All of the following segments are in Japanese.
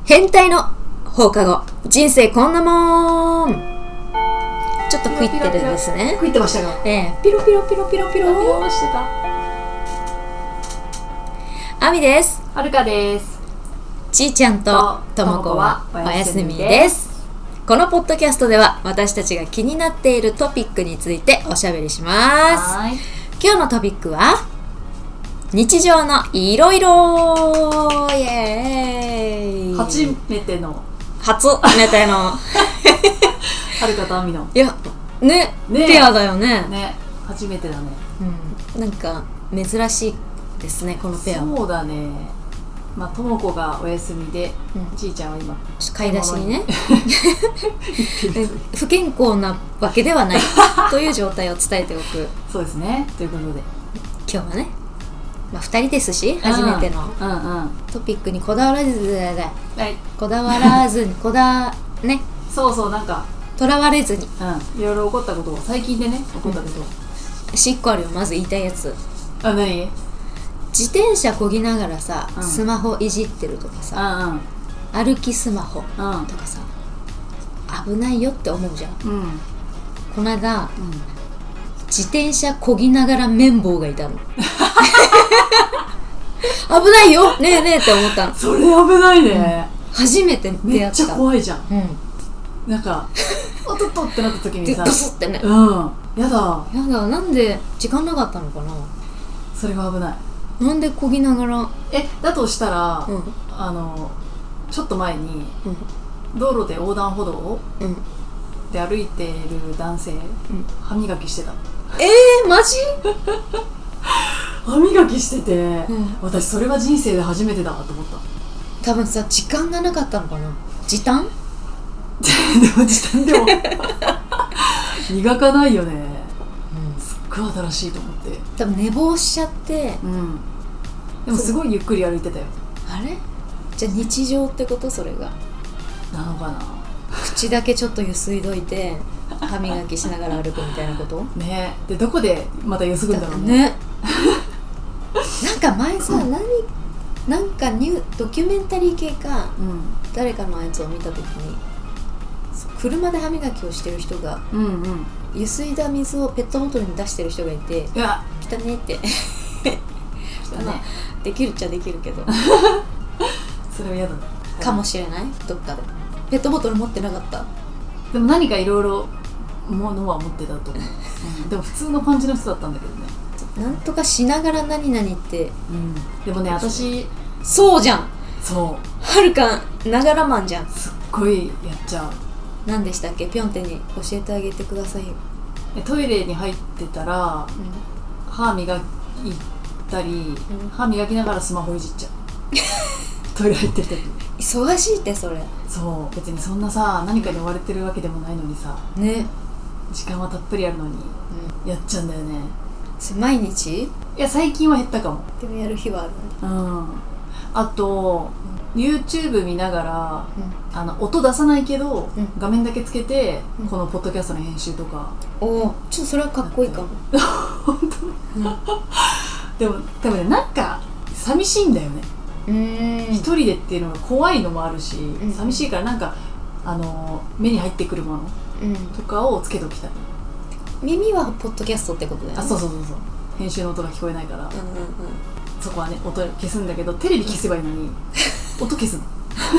変態の放課後人生こんなもん。ちょっと食いってるんですね。 食いってましたが、 ピロピロピロピロピロしてた。 あみです。 はるかです。 ちーちゃんとともこはおやすみです。このポッドキャストでは私たちが気になっているトピックについておしゃべりします。今日のトピックは日常のいろいろ。イエーイ。 初めてのはるかとあみのいやねペアだよね。 初めてだね。 なんか珍しいですね、このペアは。 そうだね。まあともこがお休みで、ちーちゃんは今買い出しにね不健康なわけではないという状態を伝えておく。 そうですね。ということで今日はね、2人ですし、初めてのトピックにこだわらずにね、 そうなんかとらわれずに、 いろいろ起こったことを最近でね起こったことを、 1個あるよ。まず言いたいやつ。 何？ 自転車こぎながらさ、スマホいじってるとかさ、歩きスマホとかさ、危ないよって思うじゃん。この間、自転車こぎながら綿棒がいたの危ないよねえねえって思ったの。 それ危ないね。 初めて出会った。 めっちゃ怖いじゃん。なんかおっとっとってなった時にさ、 ドスってね。 やだ。 なんで時間なかったのかな。 それが危ない。なんでこぎながら。 だとしたら、ちょっと前に、道路で横断歩道で歩いている男性、歯磨きしてた。 マジ？ 歯磨きしてて、私それは人生で初めてだと思った。 多分さ、時間がなかったのかな。時短でも時短でも磨かないよね。すっごい新しいと思って。 多分寝坊しちゃって、 でもすごいゆっくり歩いてたよ。 あれじゃあ日常ってこと？それがなのかな。 口だけちょっとゆすいどいて歯磨きしながら歩くみたいなことね。でどこでまたゆすぐんだろうね。 なんか前さ、なんかドキュメンタリー系か、誰かのやつを見た時に、車で歯磨きをしてる人が、ゆすいだ水をペットボトルに出してる人がいて、汚ねってできるっちゃできるけどそれは嫌だね。 かもしれない。どっかでペットボトル持ってなかった。 でも何かいろいろものは持ってたと思う。でも普通の感じの人だったんだけどね。 なんとかしながら何々って、 でもね、私そうじゃん。 そうはるかながらマンじゃん。すっごいやっちゃう。 何でしたっけ？ぴょんてに教えてあげてくださいよ。 トイレに入ってたら、歯磨いたり、歯磨きながらスマホいじっちゃうトイレ入ってる時。 忙しいってそれ。 そう、別にそんなさ、何かに追われてるわけでもないのにさ、時間はたっぷりあるのに、やっちゃうんだよね。 毎日？ いや、最近は減ったかも。 でもやる日はあるんだ。あと、YouTube 見ながら、音出さないけど、画面だけつけて、このポッドキャストの編集とか。 ちょっとそれはかっこいいかも。 本当？でも多分ね、なんか寂しいんだよね。一人でっていうのが怖いのもあるし、寂しいからなんか目に入ってくるものとかをつけときたい。 耳はポッドキャストってことだよね。そう編集の音が聞こえないから、そこはね、音消すんだけど、テレビ消せばいいのに音消すの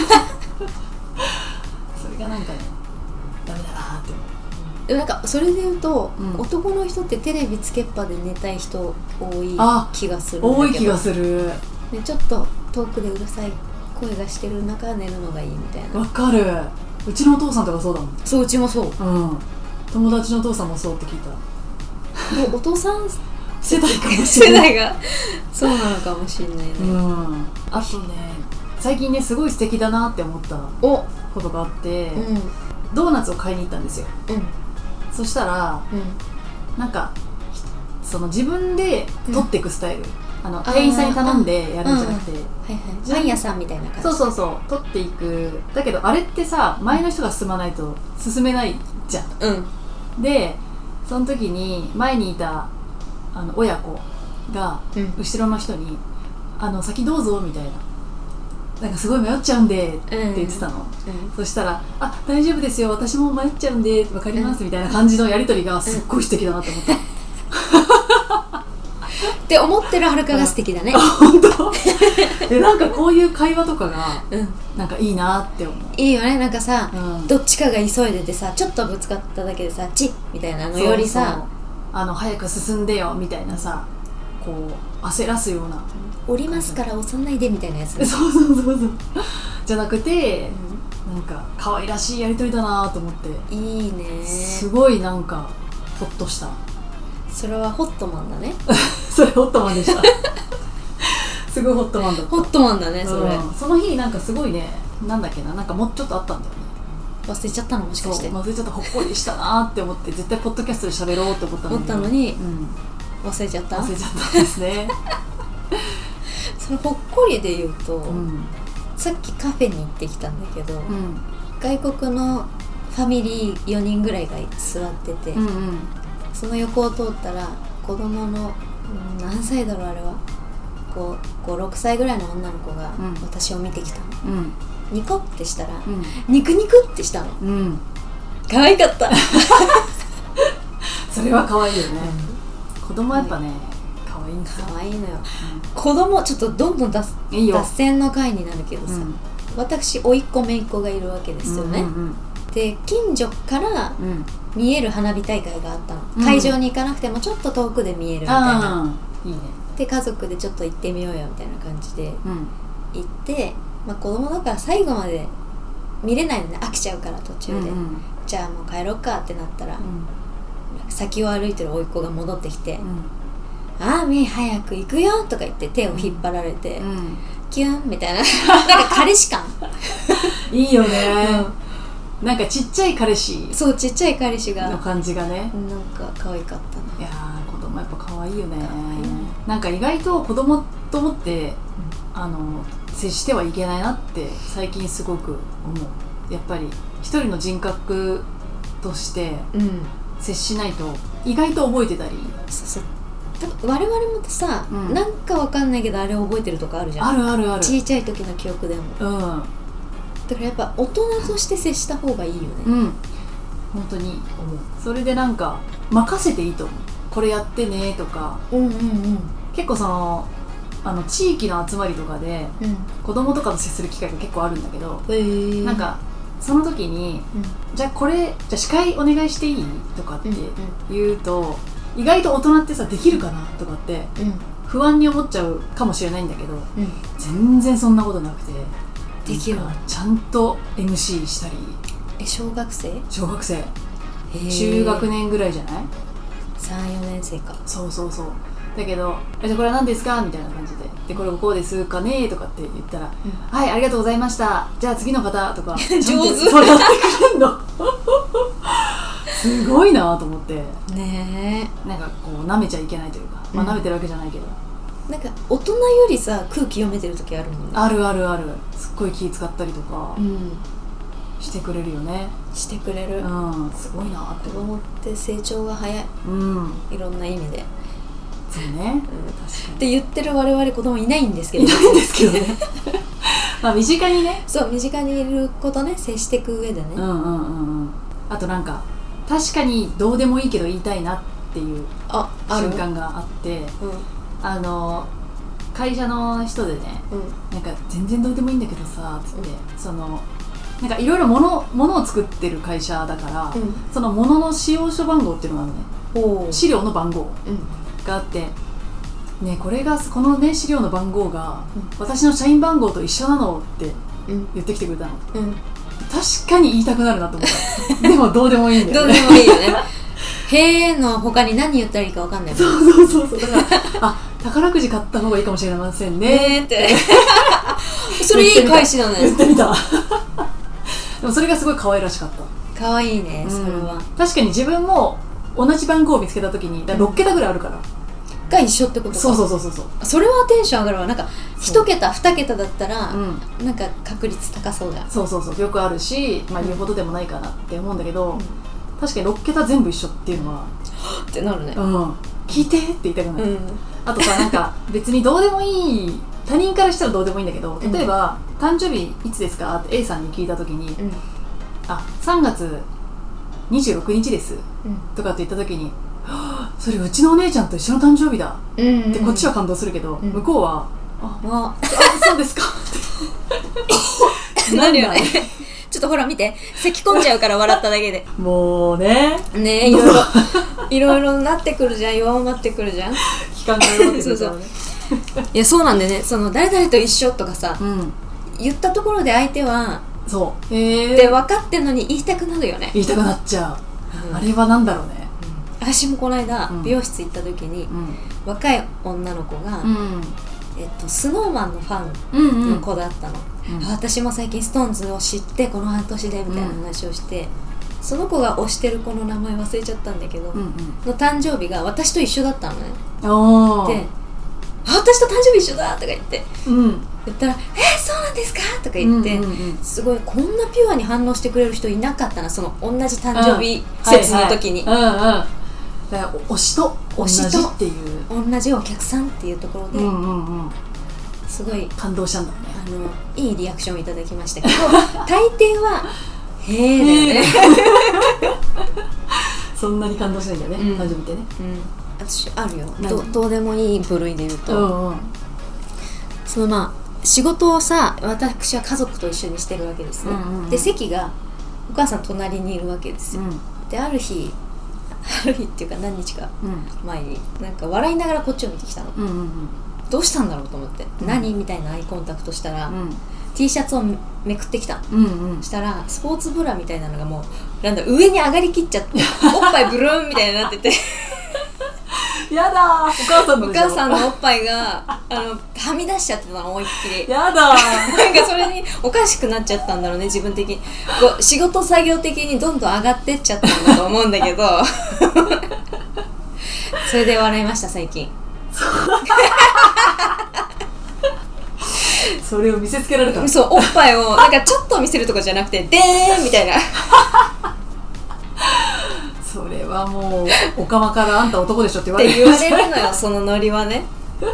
それがなんかね、ダメだなって思う。 なんかそれで言うと、男の人ってテレビつけっぱで寝たい人多い気がするんだけど。 多い気がする。 ちょっと遠くでうるさい声がしてる中寝るのがいいみたいな。 わかる。うちのお父さんとかそうだもん。 そう、うちもそう。 友達のお父さんもそうって聞いた。 お父さん世代かもしれない。 世代がそうなのかもしれないね。 あとね、最近ね、すごい素敵だなって思ったことがあって、ドーナツを買いに行ったんですよ。そしたら、なんかその自分で取っていくスタイル、店員さんに頼んでやるんじゃなくて、 パン屋さんみたいな感じ。 そう取っていく。だけどあれってさ、前の人が進まないと進めないじゃん。でその時に前にいた親子が後ろの人に、先どうぞみたいななんかすごい迷っちゃうんでって言ってたの、そしたら大丈夫ですよ私も迷っちゃうんで分かりますみたいな感じのやり取りがすっごい素敵だなって思った、 って思ってるはるかが素敵だね。 本当でなんかこういう会話とかがなんかいいなって思う。 いいよね。なんかさ、どっちかが急いでてさちょっとぶつかっただけでさチッみたいなのよりさ、 早く進んでよみたいなさ、こう焦らすような降りますから押さないでみたいなやつ、 そうじゃなくて、なんか可愛らしいやり取りだなと思って。 いいね。 すごいなんかホッとした。 それはホットマンだね。 それホットマンでしたすごいホットマンだった。 ホットマンだねそれ、 その日なんかすごいね、なんだっけな、なんかもうちょっとあったんだよね。 忘れちゃったのもしかして。 忘れちゃった。ほっこりしたなって思って絶対ポッドキャストで喋ろうって思ったのに、忘れちゃった。忘れちゃったんですねそのほっこりで言うと、さっきカフェに行ってきたんだけど、外国のファミリー4人ぐらいが座ってて、その横を通ったら子供の何歳だろうあれは5、6歳ぐらいの女の子が私を見てきたの、ニコってしたら、ニクニクってしたの、可愛かったそれは可愛いよね、子供やっぱね、可愛いんですよ。 可愛いのよ、子供ちょっとどんどん脱線の回になるけどさ、私甥っ子姪っ子がいるわけですよね、で近所から見える花火大会があったの、会場に行かなくてもちょっと遠くで見えるみたいな、いいね。で家族でちょっと行ってみようよみたいな感じで行って、子供だから最後まで見れないのね、飽きちゃうから途中で、じゃあもう帰ろうかってなったら、先を歩いてる甥っ子が戻ってきて、あーみー早く行くよとか言って手を引っ張られて、キュンみたいななんか彼氏感いいよね、なんかちっちゃい彼氏、 そうちっちゃい彼氏がの感じがね、 なんか可愛かったな。 いやー子供やっぱ可愛いよね。なんか意外と子供と思って、接してはいけないなって最近すごく思う。やっぱり一人の人格として接しないと意外と覚えてたり、 我々もさ、なんかわかんないけどあれ覚えてるとかあるじゃん。 ある小さい時の記憶でも、だからやっぱ大人として接した方がいいよね。 本当に思う。それでなんか任せていいと思う。これやってねとか、結構その地域の集まりとかで、子供とかと接する機会が結構あるんだけど、なんかその時に、じゃあ司会お願いしていいとかって言うと、意外と大人ってさできるかなとかって不安に思っちゃうかもしれないんだけど、全然そんなことなくてできる。 ちゃんと MC したり。 小学生中学年ぐらいじゃない？ 3、4年生か。 そうだけど、じゃあこれは何ですかみたいな感じで、これこうですかねとかって言ったら、はいありがとうございました、じゃあ次の方とか上手。 そうやってくれんのすごいなと思ってね。 なんかこう舐めちゃいけないというか、舐めてるわけじゃないけど、 なんか大人よりさ空気読めてる時あるもんね。 あるすっごい気使ったりとか、してくれるよね。 してくれる、 すごいなって。 子供って成長が早い、いろんな意味で。 そうね、確かにって言ってる我々子供いないんですけど、 いないんですけどね身近にね、 そう身近にいることね、接していく上でね。 あとなんか確かにどうでもいいけど言いたいなっていう瞬間があって、会社の人でね、なんか全然どうでもいいんだけどさつって、なんかいろいろ物を作ってる会社だから、その物の使用書番号っていうのがあるね、資料の番号があって、ね、このね資料の番号が私の社員番号と一緒なのって言ってきてくれたの、確かに言いたくなるなと思ったでもどうでもいいんだよね。 どうでもいいよねへーの他に何言ったらいいか分かんないもん。 そうだから宝くじ買った方がいいかもしれませんねってそれいい返しだね。 言ってみたでもそれがすごい可愛らしかった。 可愛いね、それは。 確かに自分も同じ番号を見つけた時に6桁ぐらいあるから、 が一緒ってことか。 そうそれはテンション上がるわ。なんか1桁2桁だったら、なんか確率高そうだ。 そうよくあるし、言うほどでもないかなって思うんだけど、確かに6桁全部一緒っていうのはってなるね。 聞いてって言いたくなる。あとさ、なんか別にどうでもいい他人からしたらどうでもいいんだけど、例えば、誕生日いつですかって A さんに聞いた時に、3月26日です、とかって言った時に、それうちのお姉ちゃんと一緒の誕生日だ、ってこっちは感動するけど、向こうはそうですかってなるよね。ちょっとほら見て、咳込んじゃうから笑っただけでもうねいろいろなってくるじゃん、弱まってくるじゃん、 期間が弱ってくるからねいやそうなんでね、その誰々と一緒とかさ、言ったところで相手はそうで分かってんのに言いたくなるよね。 言いたくなっちゃう、あれはなんだろうね。 私もこの間、美容室行った時に、若い女の子が、スノーマンのファンの子だったの、私も最近ストーンズを知ってこの半年でみたいな話をして、その子が推してる子の名前忘れちゃったんだけど、の誕生日が私と一緒だったのね。で私と誕生日一緒だとか言って、言ったらそうなんですかとか言って、すごいこんなピュアに反応してくれる人いなかったな、その同じ誕生日節の時に。 だから推しと同じっていう同じお客さんっていうところで、すごい感動したんだね。 いいリアクションをいただきましたけど大抵はへーだよねそんなに感動しないんだよね、誕生日ってね。 私あるよ、どうでもいい部類で言うと、その仕事をさ、私は家族と一緒にしてるわけですね、で席がお母さん隣にいるわけですよ、である日っていうか何日か前になんか笑いながらこっちを見てきたの、どうしたんだろうと思って、何みたいなアイコンタクトしたら、T シャツをめくってきたの、したらスポーツブラみたいなのがもうなんだ上に上がりきっちゃっておっぱいブルーンみたいになっててやだー、 お母さんのおっぱいがはみ出しちゃってたの、思いっきり。 やだーなんかそれにおかしくなっちゃったんだろうね、自分的に。こう仕事作業的にどんどん上がってっちゃったんだと思うんだけどそれで笑いました最近それを見せつけられた。 そう、おっぱいをなんかちょっと見せるとかじゃなくてでーんみたいなそれはもうおかまからあんた男でしょって言われるのよそのノリはねそう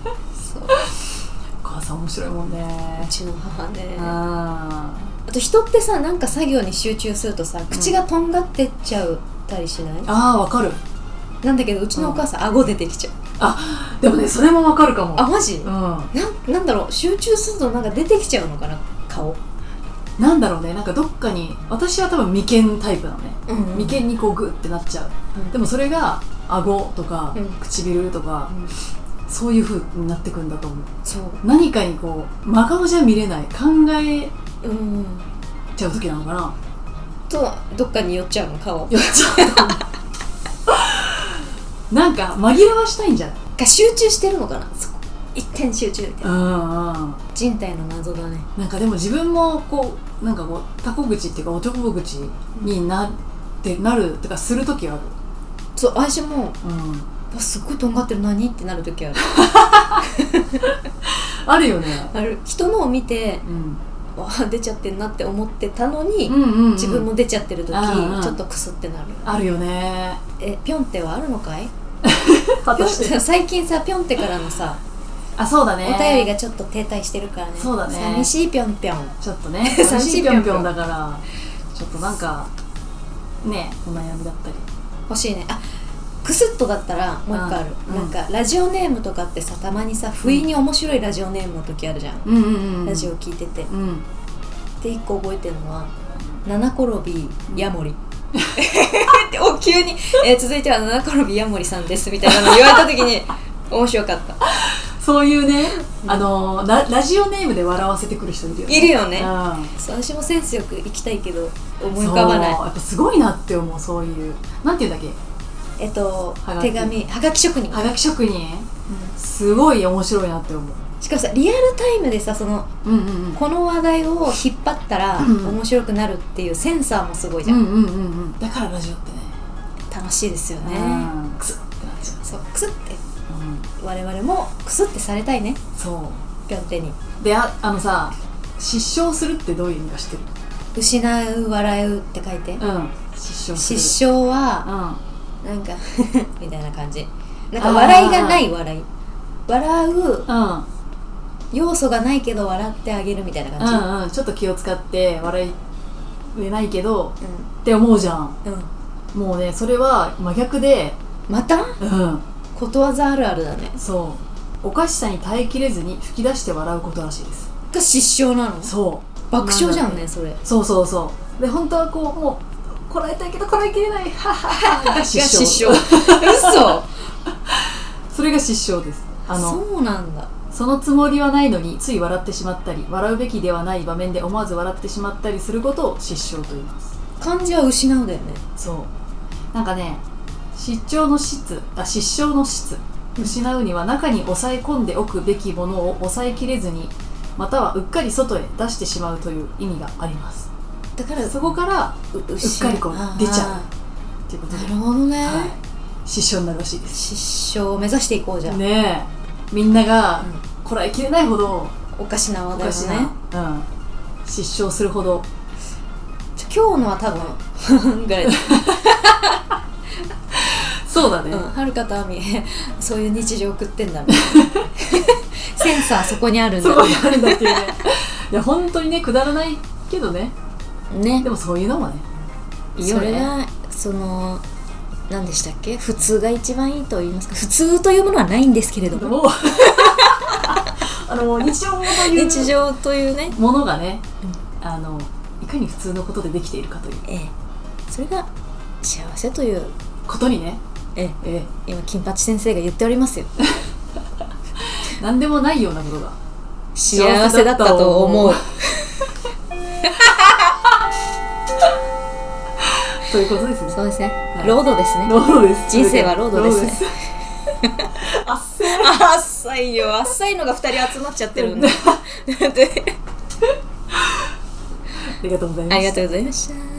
お母さん面白いもんね、 うちの母ね。あと人ってさ、なんか作業に集中するとさ、口がとんがってっちゃうたりしない？ わかる。 なんだけどうちのお母さん、顎出てきちゃう。 でもね、それもわかるかも。 マジ？なんだろう、集中するとなんか出てきちゃうのかな、顔。 なんだろうね、なんかどっかに、私は多分眉間タイプなのね、眉間にこうグッてなっちゃう、でもそれが顎とか、唇とか、そういう風になってくんだと思う。そう、何かにこう真顔じゃ見れない、考えちゃう時なのかな、 とどっかに寄っちゃうの、顔寄っちゃうなんか紛らわしたいんじゃないか、集中してるのかな、そこ一点集中みたいな。人体の謎だね。 なんかでも自分もこうなんかこうタコ口っていうかおちょぼ口になるとかする時ある。 そう、私も、すっごいとんがってる、何ってなる時あるあるよね。 ある。人のを見て、出ちゃってんなって思ってたのに、自分も出ちゃってる時、ちょっとクスってなる。 あるよね。 ピョンテはあるのかい最近さ、ピョンテからのさ、 そうだね、 お便りがちょっと停滞してるからね。 そうだね、 寂しいぴょんぴょん、 ちょっとね寂しいぴょんぴょんだから、ちょっとなんかね、お悩みだったり欲しいね。クスッとだったらもう一個ある、なんかラジオネームとかってさ、たまにさ、不意に面白いラジオネームの時あるじゃん、ラジオ聞いてて、で一個覚えてるのは七転びヤモリ急に、続いては七転びヤモリさんですみたいなの言われた時に面白かったそういうね、ラジオネームで笑わせてくる人いるよね。 いるよね。私もセンスよく生きたいけど思い浮かばない。 やっぱすごいなって思う、そういう、なんていうんだっけ、 手紙、はがき職人。 はがき職人、すごい面白いなって思う。 しかもさ、リアルタイムでさ、その、この話題を引っ張ったら面白くなるっていうセンサーもすごいじゃん。 だからラジオってね、 楽しいですよね。 クスってなっちゃう。 そう、クスって、我々もクスってされたいね。そう、ぴょんてに。 で、さ、失笑するってどういう意味か知ってる？ 失う、笑うって書いて。 失笑する。 失笑は、なんかみたいな感じ。なんか笑いがない笑い。笑う要素がないけど笑ってあげるみたいな感じ、ちょっと気を使って笑えないけど、って思うじゃん、もうねそれは真逆で、 また、ことわざあるあるだね。 そう、おかしさに耐えきれずに吹き出して笑うことらしいです。 が失笑なの？ そう爆笑じゃんねそれ。 そうで本当はこうもうこらえたいけどこらえきれないはははが失笑。 嘘それが失笑です。 そうなんだ。 そのつもりはないのについ笑ってしまったり、笑うべきではない場面で思わず笑ってしまったりすることを失笑と言います。 漢字は失うだよね。 そうなんかね、失笑の質、失うには中に抑え込んでおくべきものを抑えきれずに、またはうっかり外へ出してしまうという意味があります。だからそこからうっかりこう出ちゃうっていうことで、 なるほどね、 失笑になるらしいです。 失笑を目指していこうじゃんねえ。みんながこらえきれないほどおかしな話だよね。 失笑するほど。 今日のは多分ぐらいそうだね、 はるかとあみそういう日常送ってんだねセンサーそこにあるんだ、 そこにあるんだっていうねいや本当にね、くだらないけどね、でもそういうのもねいいよね。 それが何でしたっけ、普通が一番いいと言いますか、普通というものはないんですけれども日常というねものがね、いかに普通のことでできているかという、 それが幸せということにね、 今金八先生が言っておりますよ何でもないようなことが幸せだったと思うということですね。 そうですね、労働ですね。 労働です。 人生は労働ですね。 あっさいよ、あっさいのが2人集まっちゃってるんでありがとうございました。 ありがとうございました。